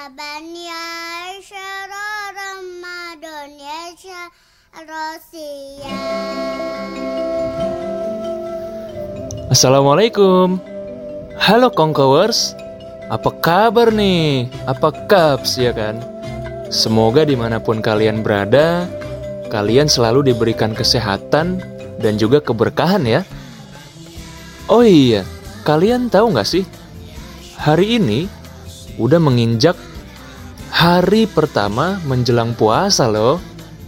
بني عشر رمضان يا شهر الصيام. Assalamualaikum. Halo Kongkowers. Apa kabar nih? Apa kaps ya kan? Semoga dimanapun kalian berada, kalian selalu diberikan kesehatan dan juga keberkahan ya. Oh iya, kalian tahu gak sih? Hari ini udah menginjak hari pertama menjelang puasa loh.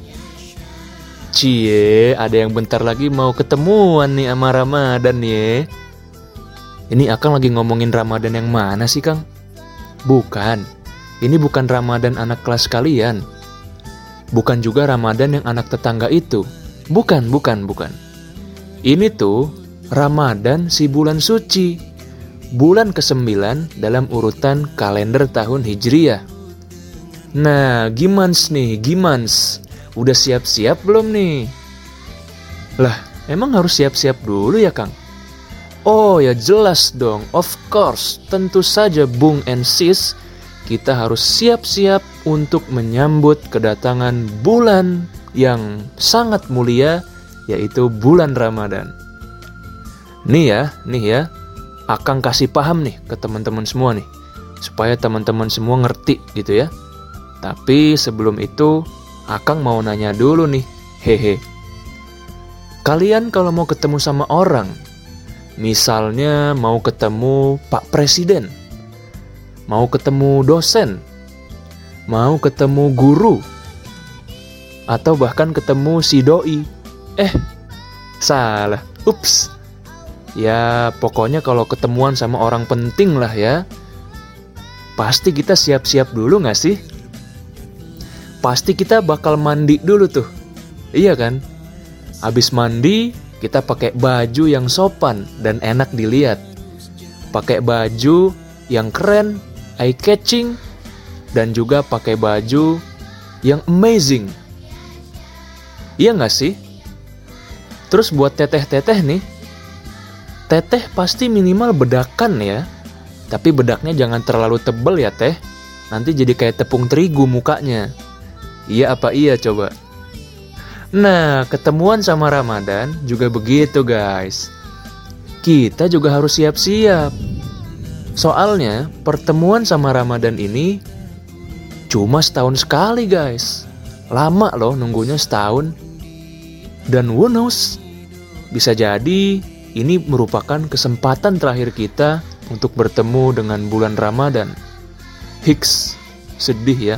Cie, ada yang bentar lagi mau ketemuan nih sama Ramadan ya. Ini Akang lagi ngomongin Ramadan yang mana sih Kang? Bukan, ini bukan Ramadan anak kelas kalian. Bukan juga Ramadan yang anak tetangga itu. Bukan. Ini tuh Ramadan si bulan suci, bulan ke-9 dalam urutan kalender tahun Hijriyah. Nah, gimans? Udah siap-siap belum nih? Lah, emang harus siap-siap dulu ya Kang? Oh ya jelas dong, of course, tentu saja Bung and Sis, kita harus siap-siap untuk menyambut kedatangan bulan yang sangat mulia, yaitu bulan Ramadan. Nih ya, Akang kasih paham nih ke teman-teman semua nih, supaya teman-teman semua ngerti gitu ya. Tapi sebelum itu, Akang mau nanya dulu nih, hehe. Kalian kalau mau ketemu sama orang, misalnya mau ketemu Pak Presiden, mau ketemu dosen, mau ketemu guru, atau bahkan ketemu si doi. Salah, ups. Ya pokoknya kalau ketemuan sama orang penting lah ya, pasti kita siap-siap dulu gak sih? Pasti kita bakal mandi dulu tuh, iya kan? Habis mandi, kita pakai baju yang sopan dan enak dilihat. Pakai baju yang keren, eye-catching, dan juga pakai baju yang amazing. Iya gak sih? Terus buat teteh-teteh nih, teteh pasti minimal bedakan ya. Tapi bedaknya jangan terlalu tebel ya teh. Nanti jadi kayak tepung terigu mukanya. Iya apa iya coba? Nah, ketemuan sama Ramadan juga begitu guys. Kita juga harus siap-siap. Soalnya pertemuan sama Ramadan ini cuma setahun sekali guys. Lama loh nunggunya setahun. Dan who knows, bisa jadi ini merupakan kesempatan terakhir kita untuk bertemu dengan bulan Ramadan. Hiks, sedih ya.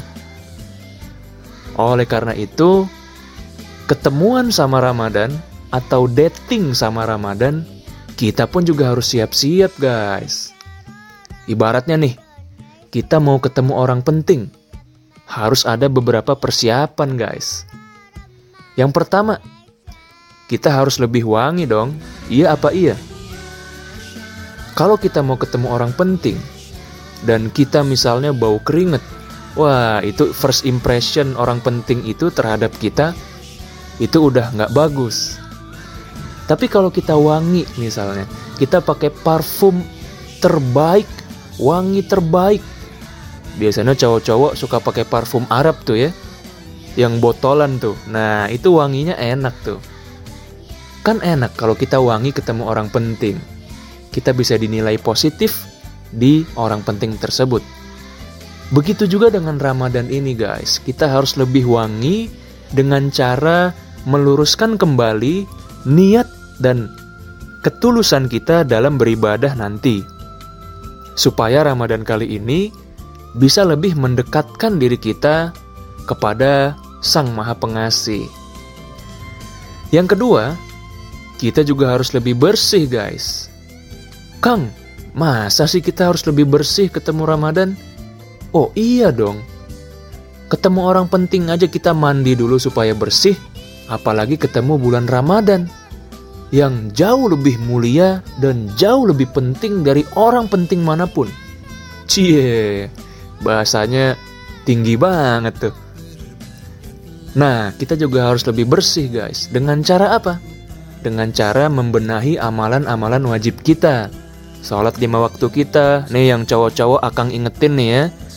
Oleh karena itu, ketemuan sama Ramadan atau dating sama Ramadan, kita pun juga harus siap-siap guys. Ibaratnya nih, kita mau ketemu orang penting, harus ada beberapa persiapan guys. Yang pertama, kita harus lebih wangi dong. Iya apa iya? Kalau kita mau ketemu orang penting dan kita misalnya bau keringet, wah itu first impression orang penting itu terhadap kita itu udah gak bagus. Tapi kalau kita wangi misalnya, kita pakai parfum terbaik, wangi terbaik. Biasanya cowok-cowok suka pakai parfum Arab tuh ya, yang botolan tuh. Nah itu wanginya enak tuh. Kan enak kalau kita wangi ketemu orang penting. Kita bisa dinilai positif di orang penting tersebut. Begitu juga dengan Ramadan ini guys. Kita harus lebih wangi dengan cara meluruskan kembali niat dan ketulusan kita dalam beribadah nanti. Supaya Ramadan kali ini bisa lebih mendekatkan diri kita kepada Sang Maha Pengasih. Yang kedua, kita juga harus lebih bersih guys. Kang, masa sih kita harus lebih bersih ketemu Ramadan? Oh iya dong. Ketemu orang penting aja kita mandi dulu supaya bersih. Apalagi ketemu bulan Ramadan yang jauh lebih mulia dan jauh lebih penting dari orang penting manapun. Cie, bahasanya tinggi banget tuh. Nah, kita juga harus lebih bersih guys. Dengan cara apa? Dengan cara membenahi amalan-amalan wajib kita. Sholat 5 waktu kita. Nih yang cowok-cowok Akang ingetin nih ya.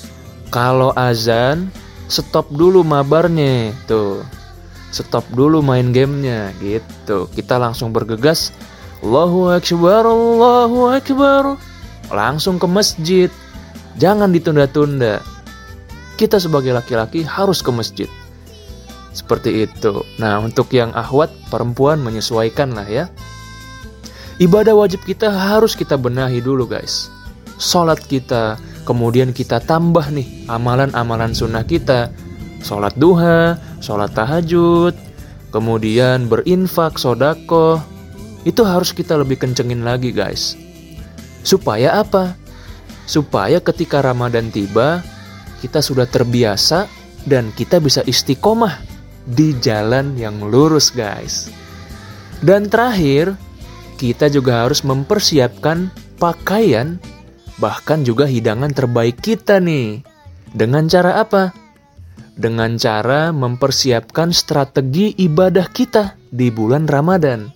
Kalau azan, stop dulu mabarnya. Tuh. Stop dulu main gamenya gitu. Kita langsung bergegas. Allahu Akbar, Allahu Akbar. Langsung ke masjid. Jangan ditunda-tunda. Kita sebagai laki-laki harus ke masjid. Seperti itu. Nah, untuk yang akhwat, perempuan menyesuaikan lah ya. Ibadah wajib kita harus kita benahi dulu guys. Sholat kita, kemudian kita tambah nih amalan-amalan sunnah kita. Sholat duha, sholat tahajud, kemudian berinfak, sodako. Itu harus kita lebih kencengin lagi guys. Supaya apa? Supaya ketika Ramadan tiba, kita sudah terbiasa dan kita bisa istiqomah di jalan yang lurus guys. Dan terakhir, kita juga harus mempersiapkan pakaian, bahkan juga hidangan terbaik kita nih. Dengan cara apa? Dengan cara mempersiapkan strategi ibadah kita di bulan Ramadan.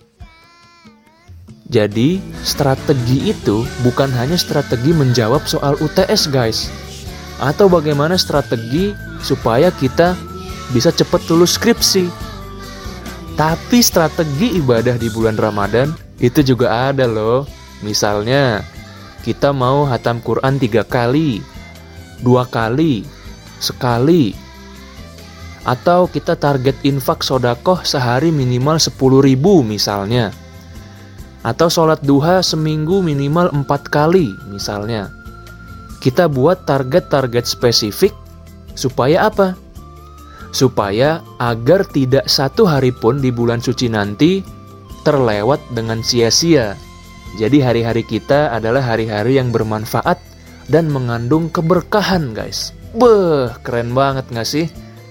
Jadi, strategi itu bukan hanya strategi menjawab soal UTS guys. Atau bagaimana strategi supaya kita bisa cepat lulus skripsi. Tapi strategi ibadah di bulan Ramadan itu juga ada loh. Misalnya, kita mau hatam Quran 3 kali, 2 kali, sekali. Atau kita target infak sodakoh sehari minimal 10.000 misalnya. Atau sholat duha seminggu minimal 4 kali misalnya. Kita buat target-target spesifik supaya apa? Supaya agar tidak satu hari pun di bulan suci nanti terlewat dengan sia-sia. Jadi hari-hari kita adalah hari-hari yang bermanfaat dan mengandung keberkahan guys. Beuh, keren banget gak sih?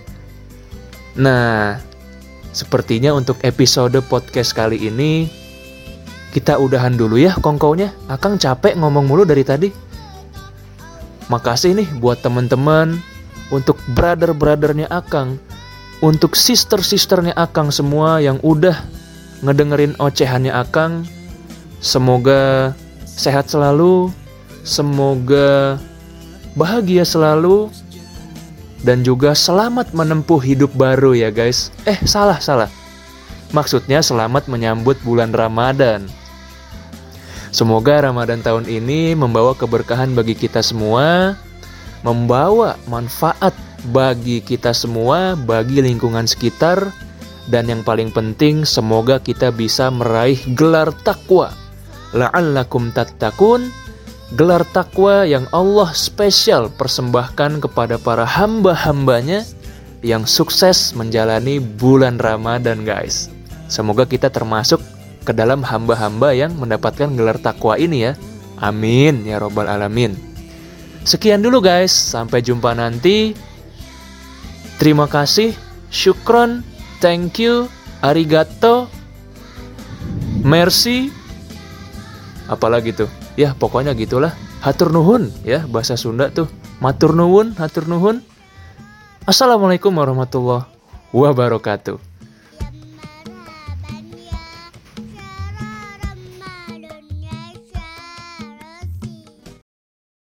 Nah, sepertinya untuk episode podcast kali ini kita udahan dulu ya kongkonya. Akang capek ngomong mulu dari tadi. Makasih nih buat teman-teman, untuk brother-brothernya Akang, untuk sister-sisternya Akang semua yang udah ngedengerin ocehannya Akang. Semoga sehat selalu, semoga bahagia selalu, dan juga selamat menempuh hidup baru ya guys. Salah. Maksudnya selamat menyambut bulan Ramadan. Semoga Ramadan tahun ini membawa keberkahan bagi kita semua, membawa manfaat bagi kita semua, bagi lingkungan sekitar, dan yang paling penting semoga kita bisa meraih gelar takwa. La'allakum tattaqun, gelar takwa yang Allah spesial persembahkan kepada para hamba-hambanya yang sukses menjalani bulan Ramadan guys. Semoga kita termasuk ke dalam hamba-hamba yang mendapatkan gelar takwa ini ya. Amin ya robbal alamin. Sekian dulu guys, sampai jumpa nanti. Terima kasih, syukron, thank you, arigato, merci, apalagi tuh. Ya pokoknya gitulah. Hatur nuhun ya, bahasa Sunda tuh. Matur nuwun, hatur nuhun. Assalamualaikum warahmatullahi wabarakatuh.